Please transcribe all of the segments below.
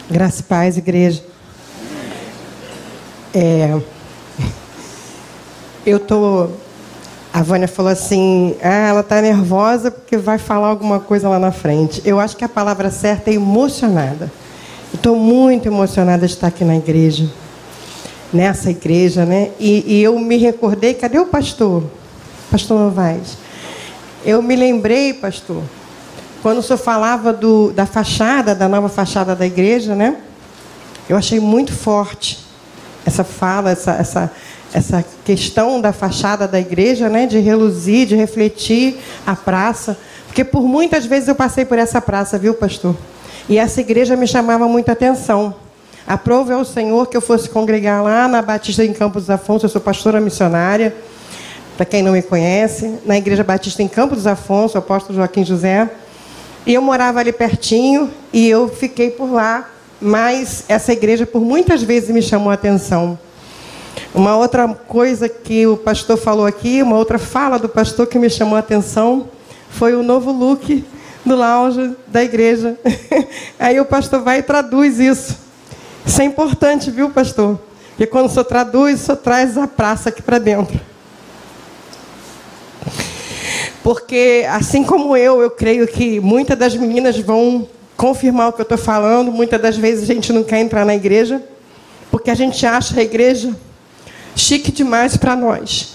Graça e paz, igreja. A Vânia falou assim, ela está nervosa porque vai falar alguma coisa lá na frente. Eu acho que a palavra certa é emocionada. Eu estou muito emocionada de estar aqui na igreja, nessa igreja, né? E eu me recordei, cadê o pastor? Pastor Novaes. Eu me lembrei, pastor, quando o senhor falava da fachada, da nova fachada da igreja, né? Eu achei muito forte essa fala, essa questão da fachada da igreja, né? De reluzir, de refletir a praça. Porque por muitas vezes eu passei por essa praça, viu, pastor? E essa igreja me chamava muita atenção. Aprove ao Senhor que eu fosse congregar lá na Batista em Campos dos Afonso. Eu sou pastora missionária, para quem não me conhece, na Igreja Batista em Campos dos Afonso, o apóstolo Joaquim José. E eu morava ali pertinho e eu fiquei por lá, mas essa igreja por muitas vezes me chamou a atenção. Uma outra coisa que o pastor falou aqui, uma outra fala do pastor que me chamou a atenção, foi o novo look do lounge da igreja. Aí o pastor vai e traduz isso. Isso é importante, viu, pastor? Porque quando o senhor traduz, o senhor traz a praça aqui para dentro. Porque, assim como eu creio que muitas das meninas vão confirmar o que eu estou falando. Muitas das vezes a gente não quer entrar na igreja, porque a gente acha a igreja chique demais para nós.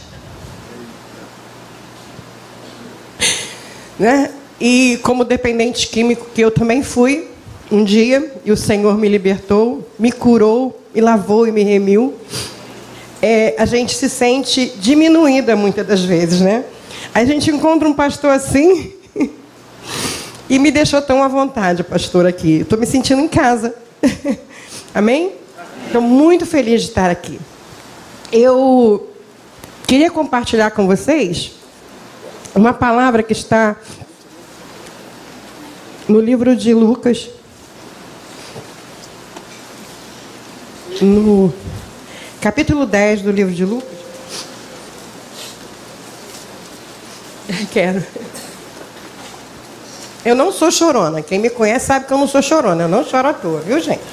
Né? E como dependente químico que eu também fui, um dia, e o Senhor me libertou, me curou, me lavou e me remiu, a gente se sente diminuída muitas das vezes, né? A gente encontra um pastor assim e me deixou tão à vontade, pastor, aqui. Estou me sentindo em casa. Amém? Estou muito feliz de estar aqui. Eu queria compartilhar com vocês uma palavra que está no livro de Lucas, no capítulo 10 do livro de Lucas. Quero. Eu não sou chorona. Quem me conhece sabe que eu não sou chorona. Eu não choro à toa, viu, gente?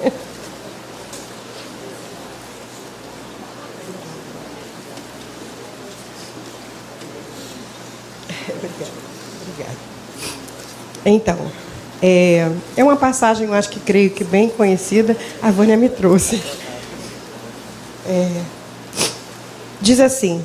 Obrigada. Então, é uma passagem, eu acho que creio que bem conhecida. A Vânia me trouxe. Diz assim...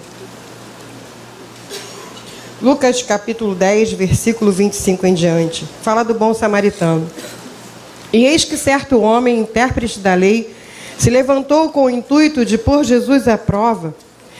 Lucas capítulo 10, versículo 25 em diante, fala do bom samaritano. E eis que certo homem, intérprete da lei, se levantou com o intuito de pôr Jesus à prova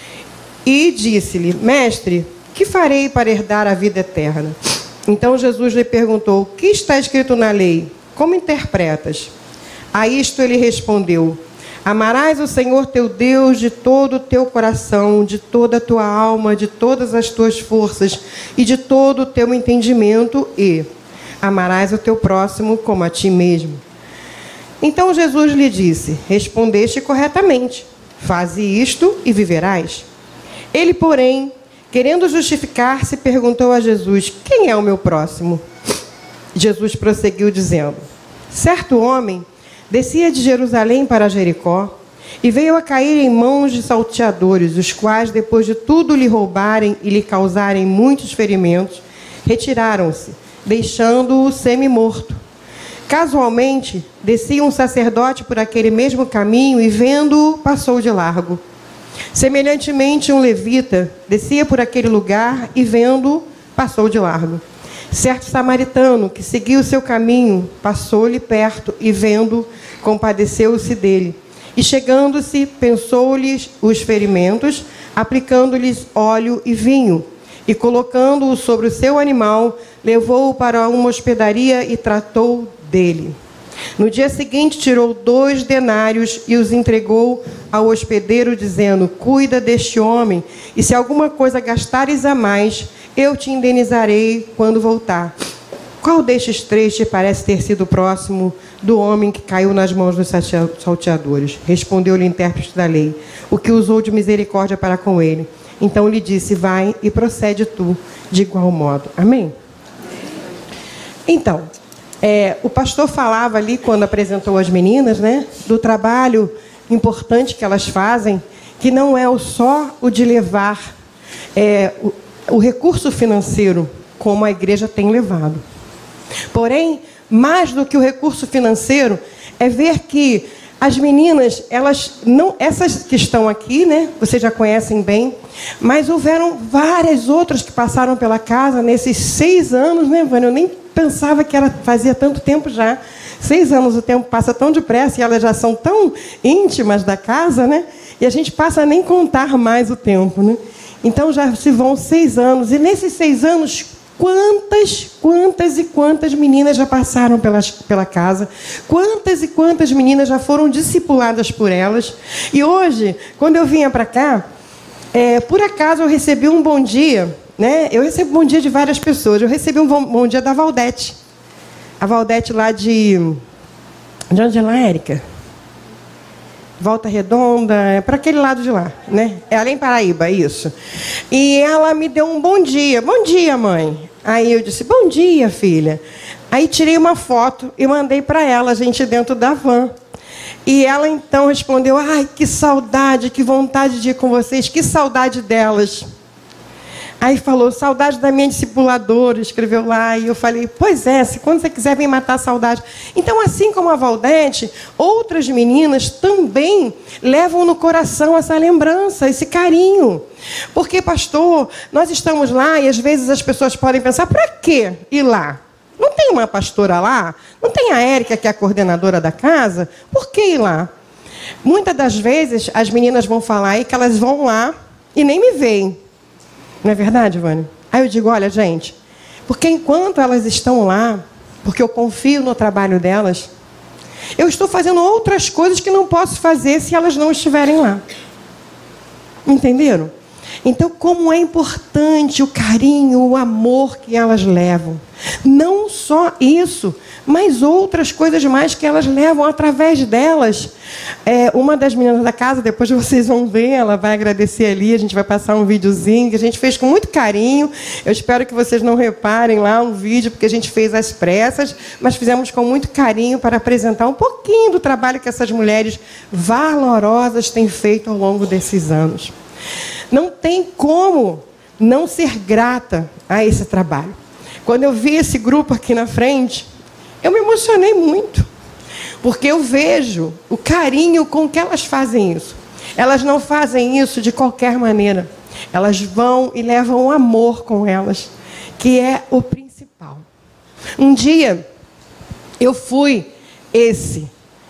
e disse-lhe: Mestre, que farei para herdar a vida eterna? Então Jesus lhe perguntou: que está escrito na lei? Como interpretas? A isto ele respondeu: amarás o Senhor teu Deus de todo o teu coração, de toda a tua alma, de todas as tuas forças e de todo o teu entendimento, e amarás o teu próximo como a ti mesmo. Então Jesus lhe disse: respondeste corretamente, faze isto e viverás. Ele, porém, querendo justificar-se, perguntou a Jesus: quem é o meu próximo? Jesus prosseguiu dizendo: certo homem descia de Jerusalém para Jericó e veio a cair em mãos de salteadores, os quais, depois de tudo lhe roubarem e lhe causarem muitos ferimentos, retiraram-se, deixando-o semi-morto. Casualmente, descia um sacerdote por aquele mesmo caminho e, vendo-o, passou de largo. Semelhantemente, um levita descia por aquele lugar e, vendo-o, passou de largo. Certo samaritano, que seguia o seu caminho, passou-lhe perto e, vendo, compadeceu-se dele. E, chegando-se, pensou-lhes os ferimentos, aplicando-lhes óleo e vinho. E, colocando-o sobre o seu animal, levou-o para uma hospedaria e tratou dele. No dia seguinte, tirou 2 denários e os entregou ao hospedeiro, dizendo: cuida deste homem, e se alguma coisa gastares a mais, eu te indenizarei quando voltar. Qual destes 3 te parece ter sido próximo do homem que caiu nas mãos dos salteadores? Respondeu-lhe o intérprete da lei: o que usou de misericórdia para com ele. Então lhe disse: vai e procede tu de igual modo. Amém? Então, O pastor falava ali, quando apresentou as meninas, né, do trabalho importante que elas fazem, que não é só o de levar o recurso financeiro, como a igreja tem levado. Porém, mais do que o recurso financeiro, é ver que as meninas, elas não, essas que estão aqui, né, vocês já conhecem bem, mas houveram várias outras que passaram pela casa nesses 6 anos, né, Vânia? Eu nem pensava que fazia tanto tempo já. 6 anos, o tempo passa tão depressa e elas já são tão íntimas da casa, né? E a gente passa a nem contar mais o tempo, né? Então já se vão 6 anos. E nesses 6 anos, quantas meninas já passaram pela casa? Quantas e quantas meninas já foram discipuladas por elas? E hoje, quando eu vinha para cá, por acaso eu recebi um bom dia, né? Eu recebo bom dia de várias pessoas. Eu recebi um bom dia da Valdete. A Valdete lá de onde é lá, Érica? Volta Redonda, para aquele lado de lá, né? É além Paraíba, isso. E ela me deu um bom dia. Bom dia, mãe. Aí eu disse, bom dia, filha. Aí tirei uma foto e mandei para ela, a gente dentro da van. E ela então respondeu, ai, que saudade, que vontade de ir com vocês, que saudade delas. Aí falou, saudade da minha discipuladora, escreveu lá. E eu falei, pois é, quando você quiser, vem matar a saudade. Então, assim como a Valdete, outras meninas também levam no coração essa lembrança, esse carinho. Porque, pastor, nós estamos lá e às vezes as pessoas podem pensar, para que ir lá? Não tem uma pastora lá? Não tem a Érica, que é a coordenadora da casa? Por que ir lá? Muitas das vezes, as meninas vão falar aí que elas vão lá e nem me veem. Não é verdade, Vânia? Aí eu digo, olha, gente, porque enquanto elas estão lá, porque eu confio no trabalho delas, eu estou fazendo outras coisas que não posso fazer se elas não estiverem lá. Entenderam? Então, como é importante o carinho, o amor que elas levam. Não só isso, mas outras coisas mais que elas levam através delas. Uma das meninas da casa, depois vocês vão ver, ela vai agradecer ali, a gente vai passar um videozinho que a gente fez com muito carinho. Eu espero que vocês não reparem lá um vídeo, porque a gente fez às pressas, mas fizemos com muito carinho para apresentar um pouquinho do trabalho que essas mulheres valorosas têm feito ao longo desses anos. Não tem como não ser grata a esse trabalho. Quando eu vi esse grupo aqui na frente, eu me emocionei muito, porque eu vejo o carinho com que elas fazem isso. Elas não fazem isso de qualquer maneira. Elas vão e levam o amor com elas, que é o principal. Um dia, eu fui esse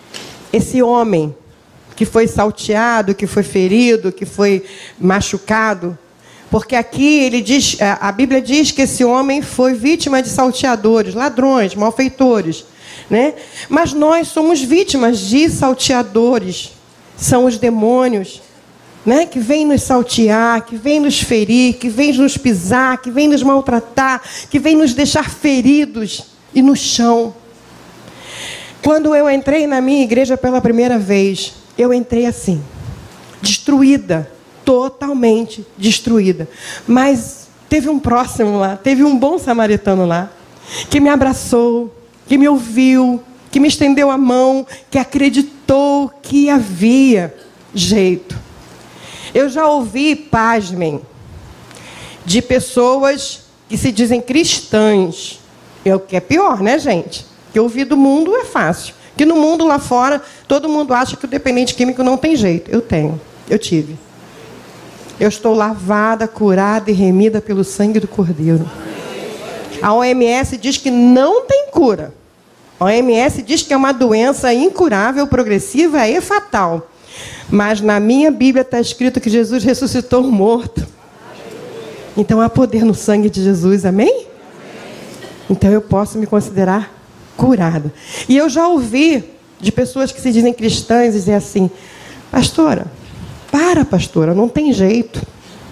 homem que foi salteado, que foi ferido, que foi machucado. Porque aqui ele diz, a Bíblia diz que esse homem foi vítima de salteadores, ladrões, malfeitores, né? Mas nós somos vítimas de salteadores. São os demônios, né? Que vêm nos saltear, que vêm nos ferir, que vêm nos pisar, que vêm nos maltratar, que vêm nos deixar feridos e no chão. Quando eu entrei na minha igreja pela primeira vez, eu entrei assim, destruída, totalmente destruída. Mas teve um próximo lá, teve um bom samaritano lá, que me abraçou, que me ouviu, que me estendeu a mão, que acreditou que havia jeito. Eu já ouvi, pasmem, de pessoas que se dizem cristãs. É o que é pior, né, gente? Que ouvir do mundo é fácil. Que no mundo lá fora, todo mundo acha que o dependente químico não tem jeito. Eu tive. Eu estou lavada, curada e remida pelo sangue do Cordeiro. A OMS diz que não tem cura. A OMS diz que é uma doença incurável, progressiva e fatal. Mas na minha Bíblia está escrito que Jesus ressuscitou o morto. Então há poder no sangue de Jesus, amém? Então eu posso me considerar curada. E eu já ouvi de pessoas que se dizem cristãs dizer assim, pastora, não tem jeito.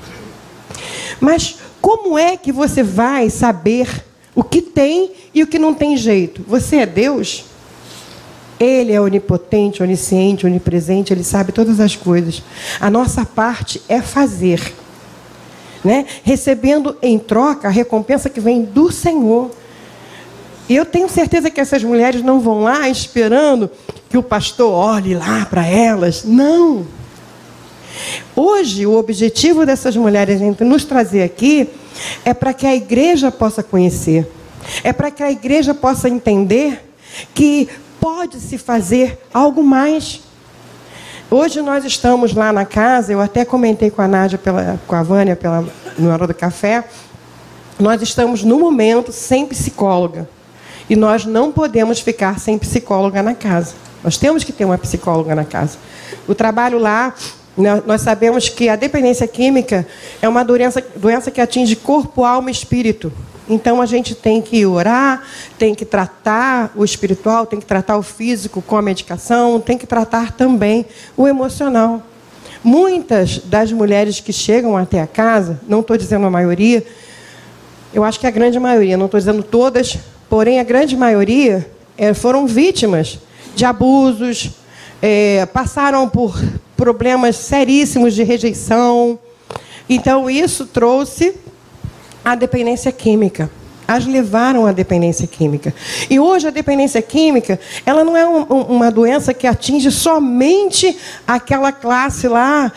Mas como é que você vai saber o que tem e o que não tem jeito? Você é Deus? Ele é onipotente, onisciente, onipresente, ele sabe todas as coisas. A nossa parte é fazer, né? Recebendo em troca a recompensa que vem do Senhor. E eu tenho certeza que essas mulheres não vão lá esperando que o pastor olhe lá para elas. Não. Hoje, o objetivo dessas mulheres nos trazer aqui é para que a igreja possa conhecer. É para que a igreja possa entender que pode-se fazer algo mais. Hoje nós estamos lá na casa, eu até comentei com a Nádia, com a Vânia, na hora do café. Nós estamos, no momento, sem psicóloga. E nós não podemos ficar sem psicóloga na casa. Nós temos que ter uma psicóloga na casa. O trabalho lá, nós sabemos que a dependência química é uma doença que atinge corpo, alma e espírito. Então, a gente tem que orar, tem que tratar o espiritual, tem que tratar o físico com a medicação, tem que tratar também o emocional. Muitas das mulheres que chegam até a casa, não estou dizendo a maioria, eu acho que a grande maioria, não estou dizendo todas, porém, a grande maioria foram vítimas de abusos, passaram por problemas seríssimos de rejeição. Então, isso trouxe a dependência química. As levaram à dependência química. E hoje, a dependência química, ela não é uma doença que atinge somente aquela classe lá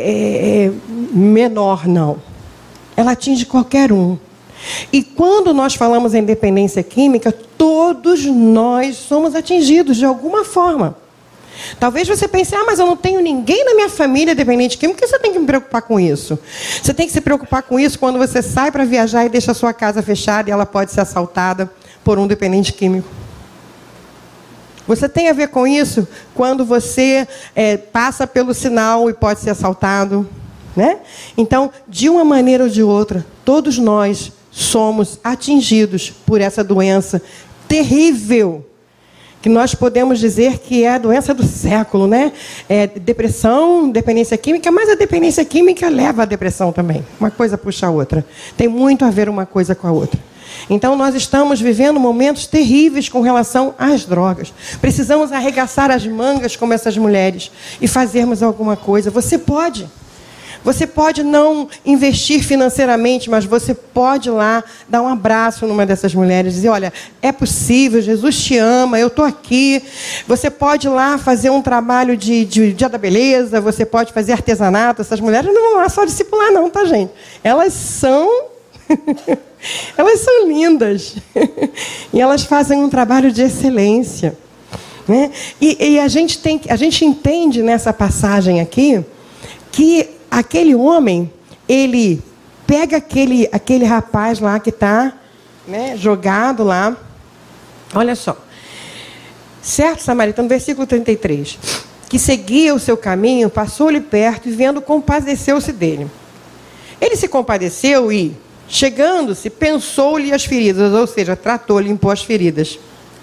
menor, não. Ela atinge qualquer um. E quando nós falamos em dependência química, todos nós somos atingidos de alguma forma. Talvez você pense, mas eu não tenho ninguém na minha família dependente químico, por que você tem que me preocupar com isso? Você tem que se preocupar com isso quando você sai para viajar e deixa a sua casa fechada e ela pode ser assaltada por um dependente químico. Você tem a ver com isso quando você passa pelo sinal e pode ser assaltado, né? Então, de uma maneira ou de outra, todos nós somos atingidos por essa doença terrível, que nós podemos dizer que é a doença do século, né? Depressão, dependência química, mas a dependência química leva à depressão também. Uma coisa puxa a outra. Tem muito a ver uma coisa com a outra. Então, nós estamos vivendo momentos terríveis com relação às drogas. Precisamos arregaçar as mangas como essas mulheres e fazermos alguma coisa. Você pode. Você pode não investir financeiramente, mas você pode ir lá dar um abraço numa dessas mulheres e dizer, olha, é possível, Jesus te ama, eu estou aqui. Você pode ir lá fazer um trabalho de dia da beleza, você pode fazer artesanato. Essas mulheres não vão lá só discipular não, tá, gente? Elas são lindas. E elas fazem um trabalho de excelência, né? E a gente entende nessa passagem aqui que aquele homem, ele pega aquele rapaz lá que está, né, jogado lá. Olha só. Certo samaritano, versículo 33. Que seguia o seu caminho, passou-lhe perto e vendo, compadeceu-se dele. Ele se compadeceu e, chegando-se, pensou-lhe as feridas, ou seja, tratou, limpou as feridas.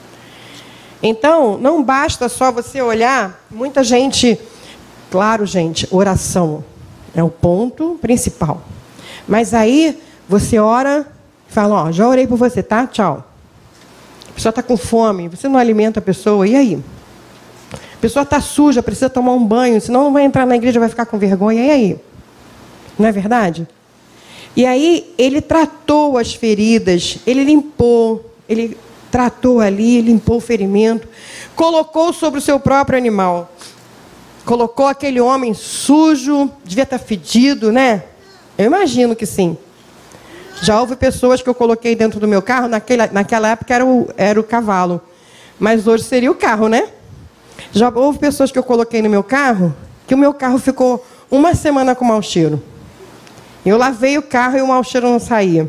Então, não basta só você olhar, muita gente, claro, gente, oração é o ponto principal. Mas aí, você ora e fala, já orei por você, tá? Tchau. A pessoa está com fome, você não alimenta a pessoa, e aí? A pessoa está suja, precisa tomar um banho, senão não vai entrar na igreja, vai ficar com vergonha, e aí? Não é verdade? E aí, ele tratou as feridas, ele limpou, ele tratou ali, limpou o ferimento, colocou sobre o seu próprio animal. Colocou aquele homem sujo, devia estar fedido, né? Eu imagino que sim. Já houve pessoas que eu coloquei dentro do meu carro, naquela época era o cavalo, mas hoje seria o carro, né? Já houve pessoas que eu coloquei no meu carro, que o meu carro ficou uma semana com mau cheiro. Eu lavei o carro e o mau cheiro não saía.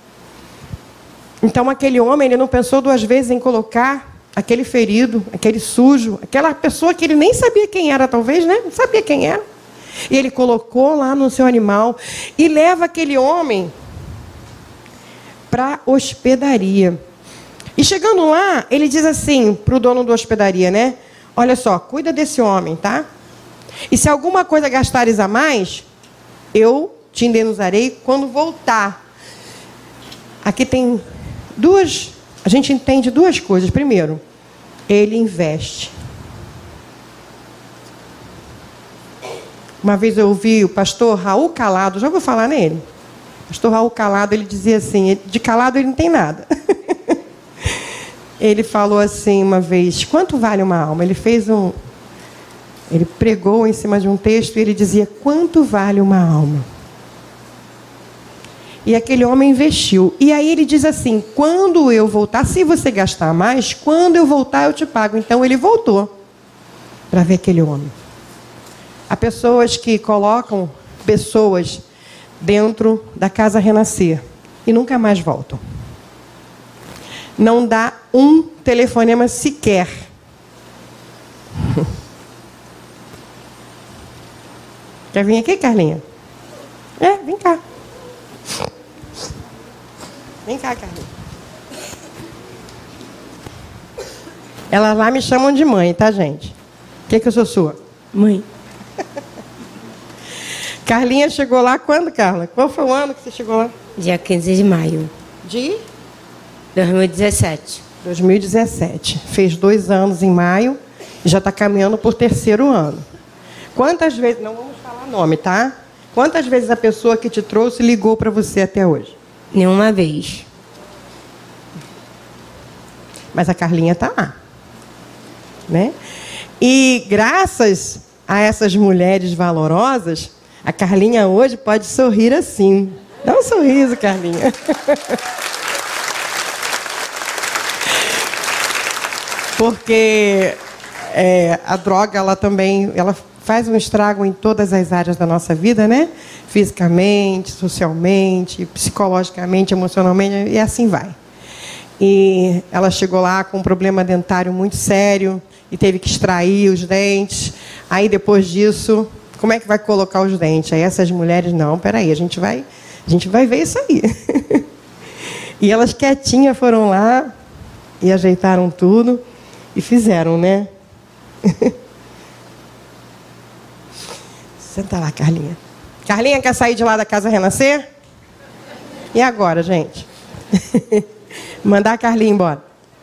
Então aquele homem, ele não pensou duas vezes em colocar aquele ferido, aquele sujo, aquela pessoa que ele nem sabia quem era, talvez, né? Não sabia quem era. E ele colocou lá no seu animal e leva aquele homem para a hospedaria. E chegando lá, ele diz assim para o dono da hospedaria, né? Olha só, cuida desse homem, tá? E se alguma coisa gastares a mais, eu te indenizarei quando voltar. Aqui tem a gente entende duas coisas. Primeiro, ele investe. Uma vez eu ouvi o pastor Raul Calado, já vou falar nele. O pastor Raul Calado, ele dizia assim, de calado ele não tem nada. ele falou assim uma vez, quanto vale uma alma? Ele pregou em cima de um texto e ele dizia, quanto vale uma alma? E aquele homem investiu. E aí ele diz assim, quando eu voltar, se você gastar mais, quando eu voltar eu te pago. Então ele voltou para ver aquele homem. Há pessoas que colocam pessoas dentro da casa Renascer e nunca mais voltam. Não dá um telefonema sequer. Quer vir aqui, Carlinha? Vem cá. Vem cá, Carlinha. Elas lá me chamam de mãe, tá, gente? O que eu sou sua? Mãe. Carlinha chegou lá quando, Carla? Qual foi o ano que você chegou lá? Dia 15 de maio. De? 2017. 2017. Fez 2 anos em maio e já está caminhando por 3º ano. Quantas vezes, não vamos falar nome, tá? Quantas vezes a pessoa que te trouxe ligou para você até hoje? Nenhuma vez. Mas a Carlinha está lá. Né? E graças a essas mulheres valorosas, a Carlinha hoje pode sorrir assim. Dá um sorriso, Carlinha. Porque a droga, ela também faz um estrago em todas as áreas da nossa vida, né? Fisicamente, socialmente, psicologicamente, emocionalmente, e assim vai. E ela chegou lá com um problema dentário muito sério e teve que extrair os dentes. Aí, depois disso, como é que vai colocar os dentes? Aí essas mulheres, não, peraí, a gente vai ver isso aí. E elas quietinhas foram lá e ajeitaram tudo e fizeram, né? Senta lá, Carlinha. Carlinha quer sair de lá da casa Renascer? E agora, gente? Mandar a Carlinha embora.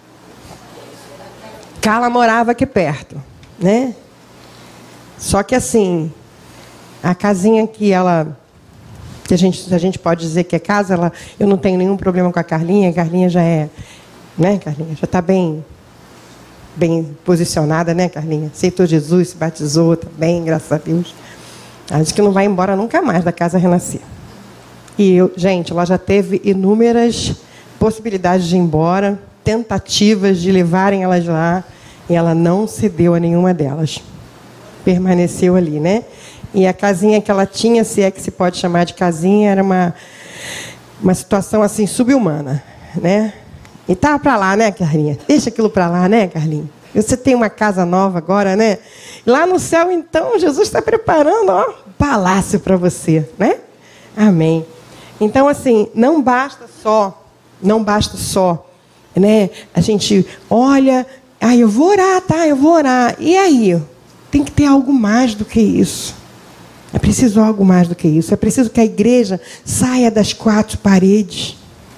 Carla morava aqui perto, né? Só que assim, a casinha que a gente pode dizer que é casa, eu não tenho nenhum problema com a Carlinha já é, né, Carlinha? Já está bem posicionada, né, Carlinha? Aceitou Jesus, se batizou, está bem, graças a Deus. Ela diz que não vai embora nunca mais da casa Renascer. E gente, ela já teve inúmeras possibilidades de ir embora, tentativas de levarem ela de lá, e ela não cedeu a nenhuma delas. Permaneceu ali, né? E a casinha que ela tinha, se é que se pode chamar de casinha, era uma situação assim subhumana, né? E estava para lá, né, Carlinha? Deixa aquilo para lá, né, Carlinha? Você tem uma casa nova agora, né? Lá no céu, então, Jesus está preparando, ó, um palácio para você, né? Amém. Então, assim, não basta só, né? A gente olha, eu vou orar, tá? Eu vou orar. E aí? Tem que ter algo mais do que isso. É preciso algo mais do que isso. É preciso que a igreja saia das 4 paredes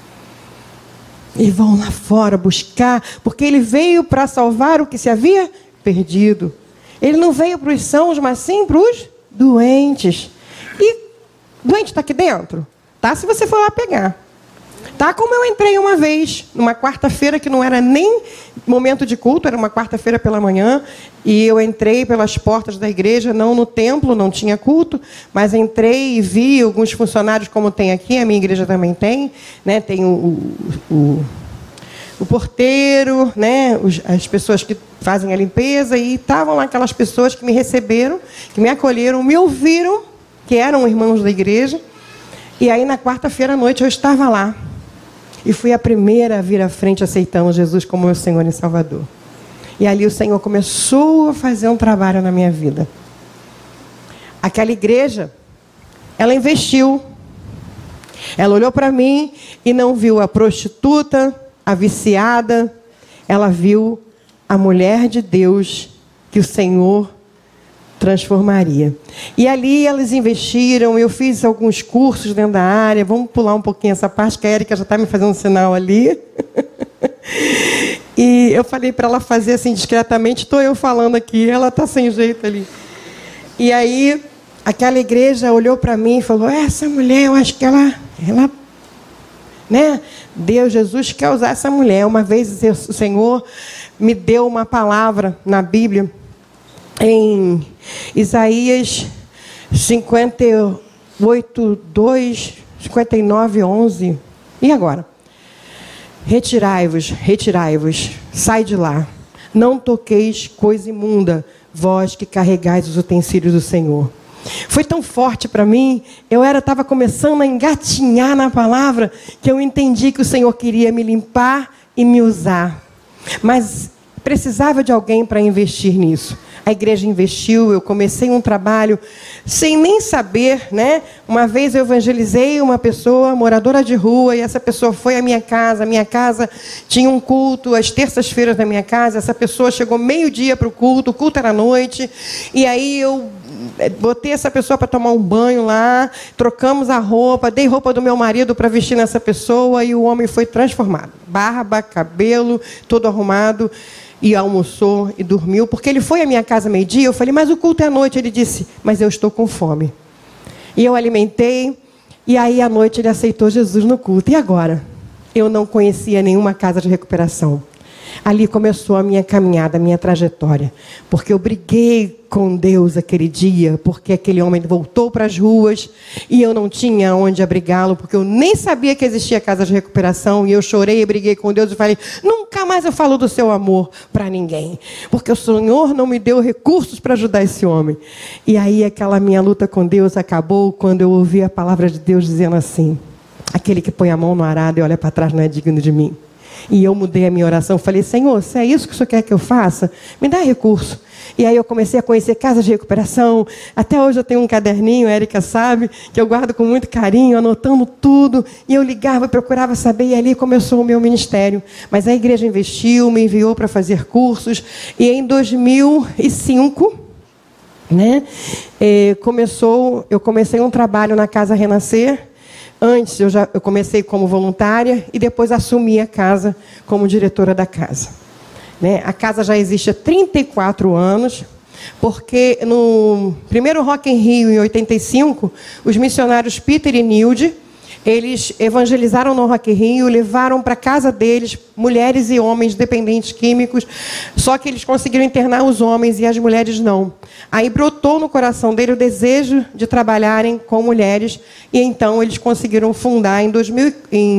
e vão lá fora buscar, porque ele veio para salvar o que se havia perdido. Ele não veio para os sãos, mas sim para os doentes. E doente está aqui dentro? Tá, se você for lá pegar. Tá, como eu entrei uma vez, numa quarta-feira que não era nem momento de culto, era uma quarta-feira pela manhã, e eu entrei pelas portas da igreja, não no templo, não tinha culto, mas entrei e vi alguns funcionários, como tem aqui, a minha igreja também tem, né? Tem o porteiro, né? As pessoas que fazem a limpeza, e estavam lá aquelas pessoas que me receberam, que me acolheram, me ouviram, que eram irmãos da igreja, e aí na quarta-feira à noite eu estava lá. E fui a primeira a vir à frente aceitando Jesus como meu Senhor e Salvador. E ali o Senhor começou a fazer um trabalho na minha vida. Aquela igreja, ela investiu. Ela olhou para mim e não viu a prostituta, a viciada. Ela viu a mulher de Deus que o Senhor transformaria. E ali elas investiram, eu fiz alguns cursos dentro da área. Vamos pular um pouquinho essa parte, que a Érica já está me fazendo um sinal ali. E eu falei para ela fazer assim discretamente, estou eu falando aqui, ela está sem jeito ali. E aí, aquela igreja olhou para mim e falou, essa mulher, eu acho que ela né? Deus, Jesus quer usar essa mulher. Uma vez o Senhor me deu uma palavra na Bíblia, em Isaías 58, 2, 59, 11. E agora? Retirai-vos, retirai-vos, sai de lá. Não toqueis coisa imunda, vós que carregais os utensílios do Senhor. Foi tão forte para mim, eu estava começando a engatinhar na palavra, que eu entendi que o Senhor queria me limpar e me usar. Mas precisava de alguém para investir nisso. A igreja investiu, eu comecei um trabalho sem nem saber, né? Uma vez eu evangelizei uma pessoa, moradora de rua, e essa pessoa foi à minha casa. A minha casa tinha um culto às terças-feiras na minha casa. Essa pessoa chegou meio-dia para o culto era à noite. E aí eu botei essa pessoa para tomar um banho lá, trocamos a roupa, dei roupa do meu marido para vestir nessa pessoa, e o homem foi transformado. Barba, cabelo, todo arrumado. E almoçou e dormiu, porque ele foi à minha casa meio-dia. Eu falei, mas o culto é à noite. Ele disse, mas eu estou com fome. E eu alimentei, e aí à noite ele aceitou Jesus no culto. E agora? Eu não conhecia nenhuma casa de recuperação. Ali começou a minha caminhada, a minha trajetória. Porque eu briguei com Deus aquele dia, porque aquele homem voltou para as ruas e eu não tinha onde abrigá-lo, porque eu nem sabia que existia casa de recuperação, e eu chorei e briguei com Deus e falei, nunca mais eu falo do seu amor para ninguém, porque o Senhor não me deu recursos para ajudar esse homem. E aí aquela minha luta com Deus acabou quando eu ouvi a palavra de Deus dizendo assim, aquele que põe a mão no arado e olha para trás não é digno de mim. E eu mudei a minha oração, falei, Senhor, se é isso que o Senhor quer que eu faça, me dá recurso. E aí eu comecei a conhecer casas de recuperação. Até hoje eu tenho um caderninho, a Érica sabe, que eu guardo com muito carinho, anotando tudo. E eu ligava e procurava saber, e ali começou o meu ministério. Mas a igreja investiu, me enviou para fazer cursos. E em 2005, né, eu comecei um trabalho na Casa Renascer. Antes eu comecei como voluntária e depois assumi a casa como diretora da casa. Né? A casa já existe há 34 anos, porque no primeiro Rock in Rio, em 85, os missionários Peter e Nilde, eles evangelizaram no Rock in Rio, levaram para a casa deles mulheres e homens dependentes químicos, só que eles conseguiram internar os homens e as mulheres não. Aí brotou no coração dele o desejo de trabalharem com mulheres, e então eles conseguiram fundar, em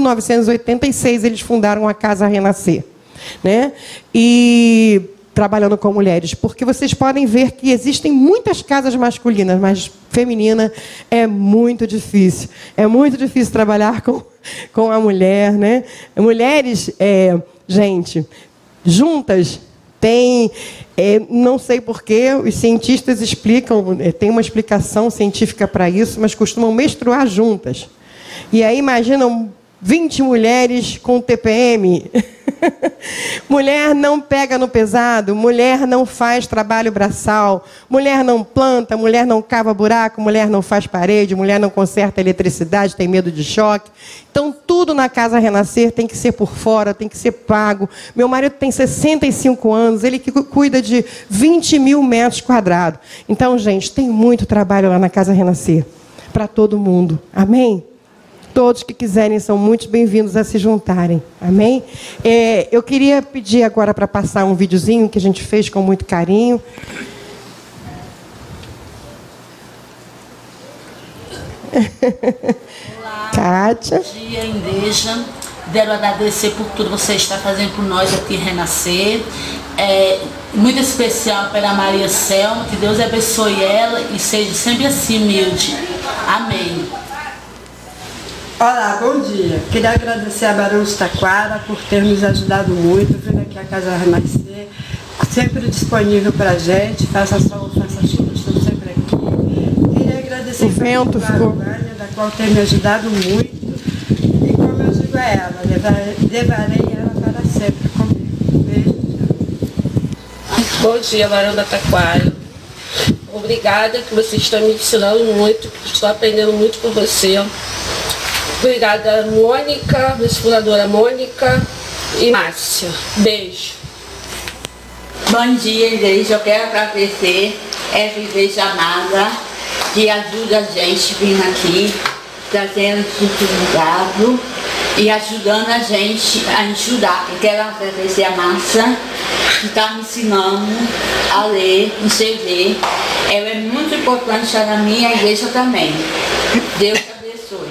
1986, eles fundaram a Casa Renascer. Né? E trabalhando com mulheres, porque vocês podem ver que existem muitas casas masculinas, mas feminina é muito difícil. É muito difícil trabalhar com a mulher, né? Mulheres, gente, juntas tem, não sei porquê, os cientistas explicam, tem uma explicação científica para isso, mas costumam menstruar juntas. E aí imaginam 20 mulheres com TPM. Mulher não pega no pesado, mulher não faz trabalho braçal, mulher não planta, mulher não cava buraco, mulher não faz parede, mulher não conserta eletricidade, tem medo de choque. Então, tudo na Casa Renascer tem que ser por fora, tem que ser pago. Meu marido tem 65 anos, ele que cuida de 20 mil metros quadrados. Então, gente, tem muito trabalho lá na Casa Renascer, para todo mundo. Amém? Todos que quiserem são muito bem-vindos a se juntarem. Amém? Eu queria pedir agora para passar um videozinho que a gente fez com muito carinho. Olá, Kátia. bom dia, igreja. Quero agradecer por tudo que você está fazendo por nós aqui em Renascer. Muito especial pela Maria Selma. Que Deus abençoe ela e seja sempre assim humilde. Amém. Olá, bom dia. Queria agradecer a Barão de Taquara por ter nos ajudado muito, vindo aqui a Casa Renascer, sempre disponível para a gente, faça sol, faça chuva, estamos sempre aqui. Queria agradecer o vento ficou, da qual tem me ajudado muito, e como eu digo a ela, levarei ela para sempre comigo. Beijo. Bom dia, Barão da Taquara. Obrigada, que você está me ensinando muito, estou aprendendo muito com você. Obrigada, Mônica, minha fundadora Mônica e Márcia. Beijo. Bom dia, igreja. Eu quero agradecer essa igreja amada que ajuda a gente vindo aqui, trazendo esse cuidado. e ajudando a gente a estudar. Eu quero agradecer a Márcia, que está me ensinando a ler no CV. Ela é muito importante estar na minha igreja também. Deus te abençoe.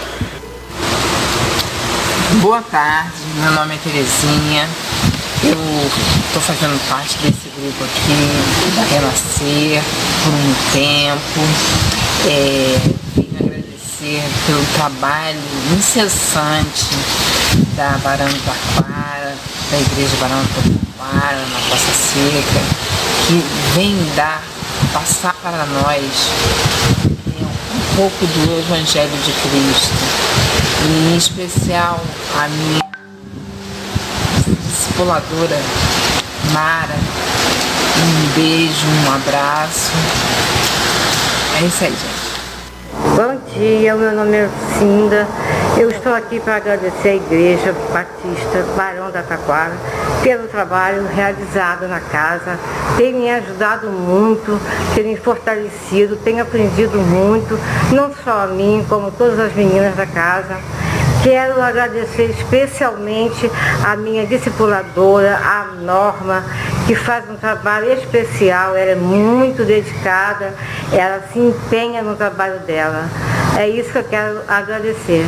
Boa tarde, meu nome é Terezinha. Eu estou fazendo parte desse grupo aqui, da Renascer, por um tempo. Venho agradecer pelo trabalho incessante da Barão do Taquara, da Igreja Barão do Taquara, na Costa Seca, que vem passar para nós um pouco do Evangelho de Cristo. E em especial a minha discipuladora Mara. Um beijo, um abraço. É isso aí, gente. Bom dia, meu nome é Lucinda. Eu estou aqui para agradecer a Igreja Batista Barão da Taquara pelo trabalho realizado na casa. Tem me ajudado muito, tem me fortalecido, tem aprendido muito, não só a mim, como todas as meninas da casa. Quero agradecer especialmente a minha discipuladora, a Norma, que faz um trabalho especial. Ela é muito dedicada, ela se empenha no trabalho dela. É isso que eu quero agradecer.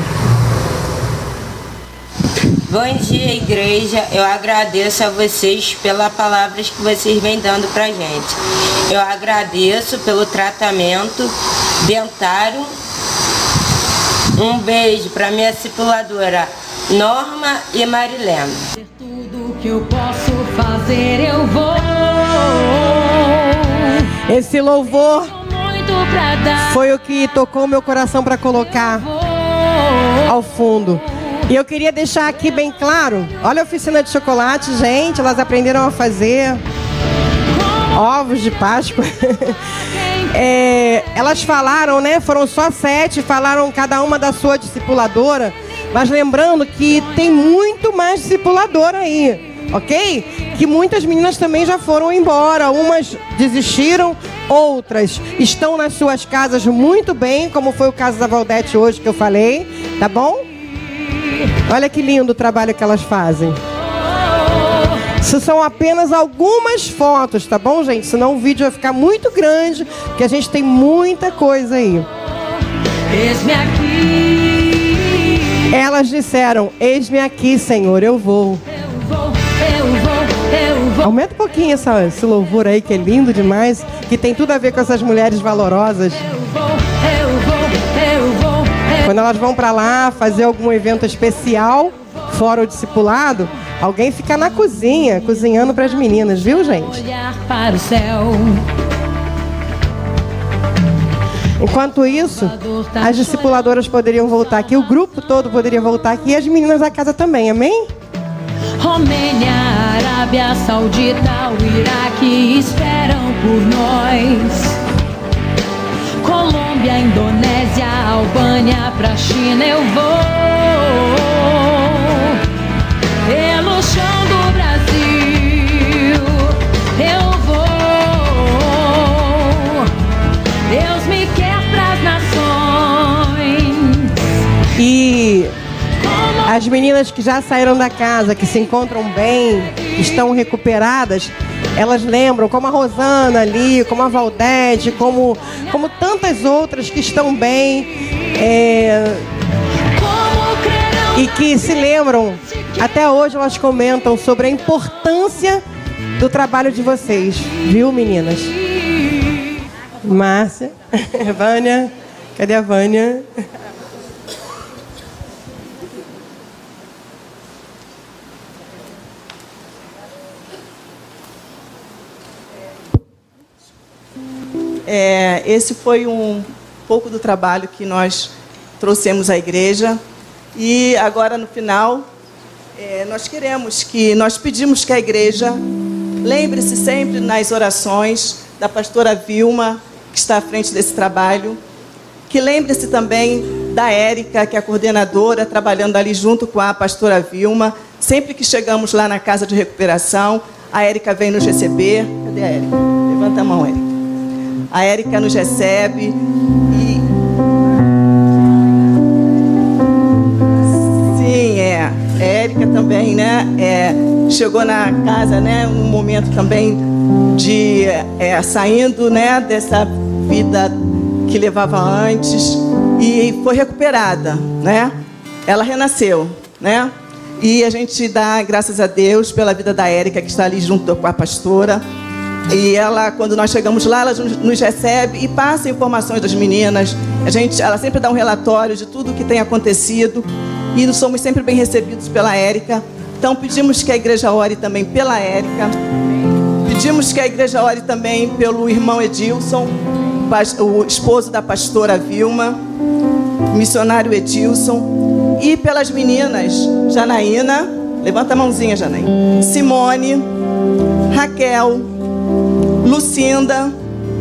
Bom dia, igreja. Eu agradeço a vocês pelas palavras que vocês vêm dando pra gente. Eu agradeço pelo tratamento dentário. Um beijo para minha discipuladora Norma e Marilena. Tudo que eu posso fazer eu vou. Esse louvor foi o que tocou meu coração para colocar ao fundo. E eu queria deixar aqui bem claro, olha a oficina de chocolate, gente, elas aprenderam a fazer ovos de Páscoa. Elas falaram, né? Foram só 7, falaram cada uma da sua discipuladora, mas lembrando que tem muito mais discipuladora aí, ok? Que muitas meninas também já foram embora, umas desistiram, outras estão nas suas casas muito bem, como foi o caso da Valdete hoje que eu falei, tá bom? Olha que lindo o trabalho que elas fazem. Isso são apenas algumas fotos, tá bom, gente? Senão o vídeo vai ficar muito grande, porque a gente tem muita coisa aí. Eis-me aqui. Elas disseram, eis-me aqui, Senhor, eu vou. Eu vou. Aumenta um pouquinho esse louvor aí, que é lindo demais, que tem tudo a ver com essas mulheres valorosas. Quando elas vão para lá fazer algum evento especial, fora o discipulado, alguém fica na cozinha, cozinhando para as meninas, viu, gente? Olhar para o céu. Enquanto isso, as discipuladoras poderiam voltar aqui, o grupo todo poderia voltar aqui e as meninas da casa também, amém? Romênia, Arábia Saudita, o Iraque esperam por nós. Colômbia, Indonésia, Albânia, pra China eu vou. Pelo chão do Brasil eu vou. Deus me quer pras nações. E as meninas que já saíram da casa, que se encontram bem, que estão recuperadas, elas lembram, como a Rosana ali, como a Valdete, como tantas outras que estão bem, e que se lembram, até hoje elas comentam sobre a importância do trabalho de vocês, viu, meninas? Márcia, Vânia, cadê a Vânia? Esse foi um pouco do trabalho que nós trouxemos à igreja. E agora, no final, nós pedimos que a igreja lembre-se sempre nas orações da pastora Vilma, que está à frente desse trabalho, que lembre-se também da Érica, que é a coordenadora, trabalhando ali junto com a pastora Vilma. Sempre que chegamos lá na casa de recuperação, a Érica vem nos receber. Cadê a Érica? Levanta a mão, Érica. A Érica nos recebe e... Sim, Érica também, né, chegou na casa, né, um momento também de saindo, né, dessa vida que levava antes, e foi recuperada, né? Ela renasceu, né? E a gente dá graças a Deus pela vida da Érica, que está ali junto com a pastora. E ela, quando nós chegamos lá, ela nos recebe e passa informações das meninas. Ela sempre dá um relatório de tudo o que tem acontecido. E nós somos sempre bem recebidos pela Érica. Então pedimos que a igreja ore também pela Érica. Pedimos que a igreja ore também pelo irmão Edilson, o esposo da pastora Vilma, missionário Edilson. E pelas meninas, Janaína, levanta a mãozinha, Janaína, Simone, Raquel, Lucinda,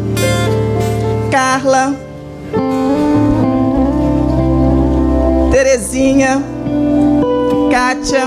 Carla, Terezinha, Kátia.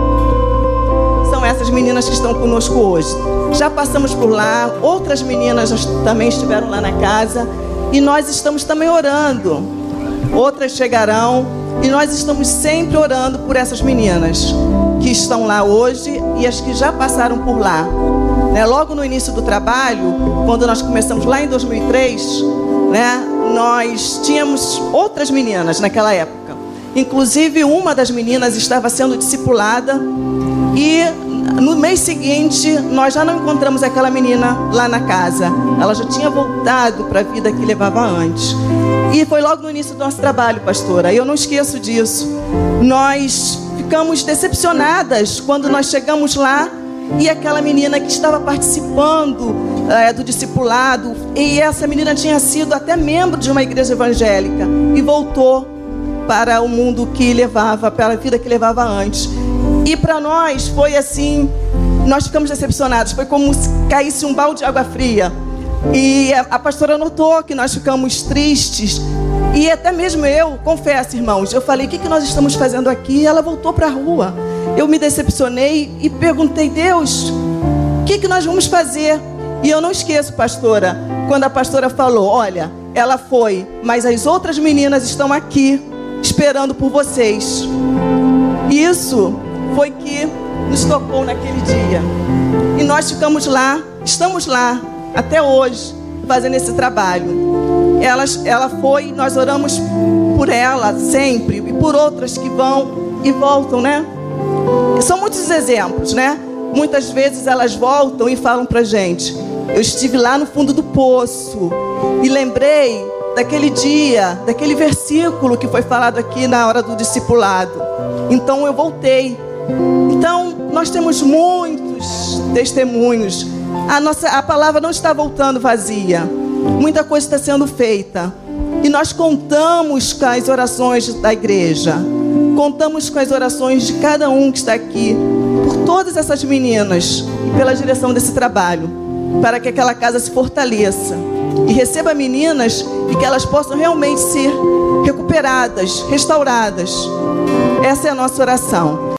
São essas meninas que estão conosco hoje. Já passamos por lá, outras meninas também estiveram lá na casa. E nós estamos também orando. Outras chegarão. E nós estamos sempre orando por essas meninas que estão lá hoje e as que já passaram por lá. Logo no início do trabalho, quando nós começamos lá em 2003, né, nós tínhamos outras meninas naquela época. Inclusive, uma das meninas estava sendo discipulada e no mês seguinte, nós já não encontramos aquela menina lá na casa. Ela já tinha voltado para a vida que levava antes. E foi logo no início do nosso trabalho, pastora. E eu não esqueço disso. Nós ficamos decepcionadas quando nós chegamos lá e aquela menina que estava participando do discipulado, e essa menina tinha sido até membro de uma igreja evangélica e voltou para o mundo que levava, para a vida que levava antes. E para nós foi assim, nós ficamos decepcionados. Foi como se caísse um balde de água fria. E a pastora notou que nós ficamos tristes. E até mesmo eu, confesso, irmãos, eu falei, o que nós estamos fazendo aqui? E ela voltou para a rua. Eu me decepcionei e perguntei, Deus, o que nós vamos fazer? E eu não esqueço, pastora, quando a pastora falou, olha, ela foi, mas as outras meninas estão aqui, esperando por vocês. Isso foi que nos tocou naquele dia. E nós ficamos lá, estamos lá, até hoje, fazendo esse trabalho. Ela foi, nós oramos por ela sempre, e por outras que vão e voltam, né? E são muitos exemplos, né? Muitas vezes elas voltam e falam pra gente, eu estive lá no fundo do poço e lembrei daquele dia, daquele versículo que foi falado aqui na hora do discipulado. Então eu voltei. Então nós temos muitos testemunhos. A palavra não está voltando vazia. Muita coisa está sendo feita. E nós contamos com as orações da igreja. Contamos com as orações de cada um que está aqui. Por todas essas meninas. E pela direção desse trabalho. Para que aquela casa se fortaleça. E receba meninas e que elas possam realmente ser recuperadas, restauradas. Essa é a nossa oração.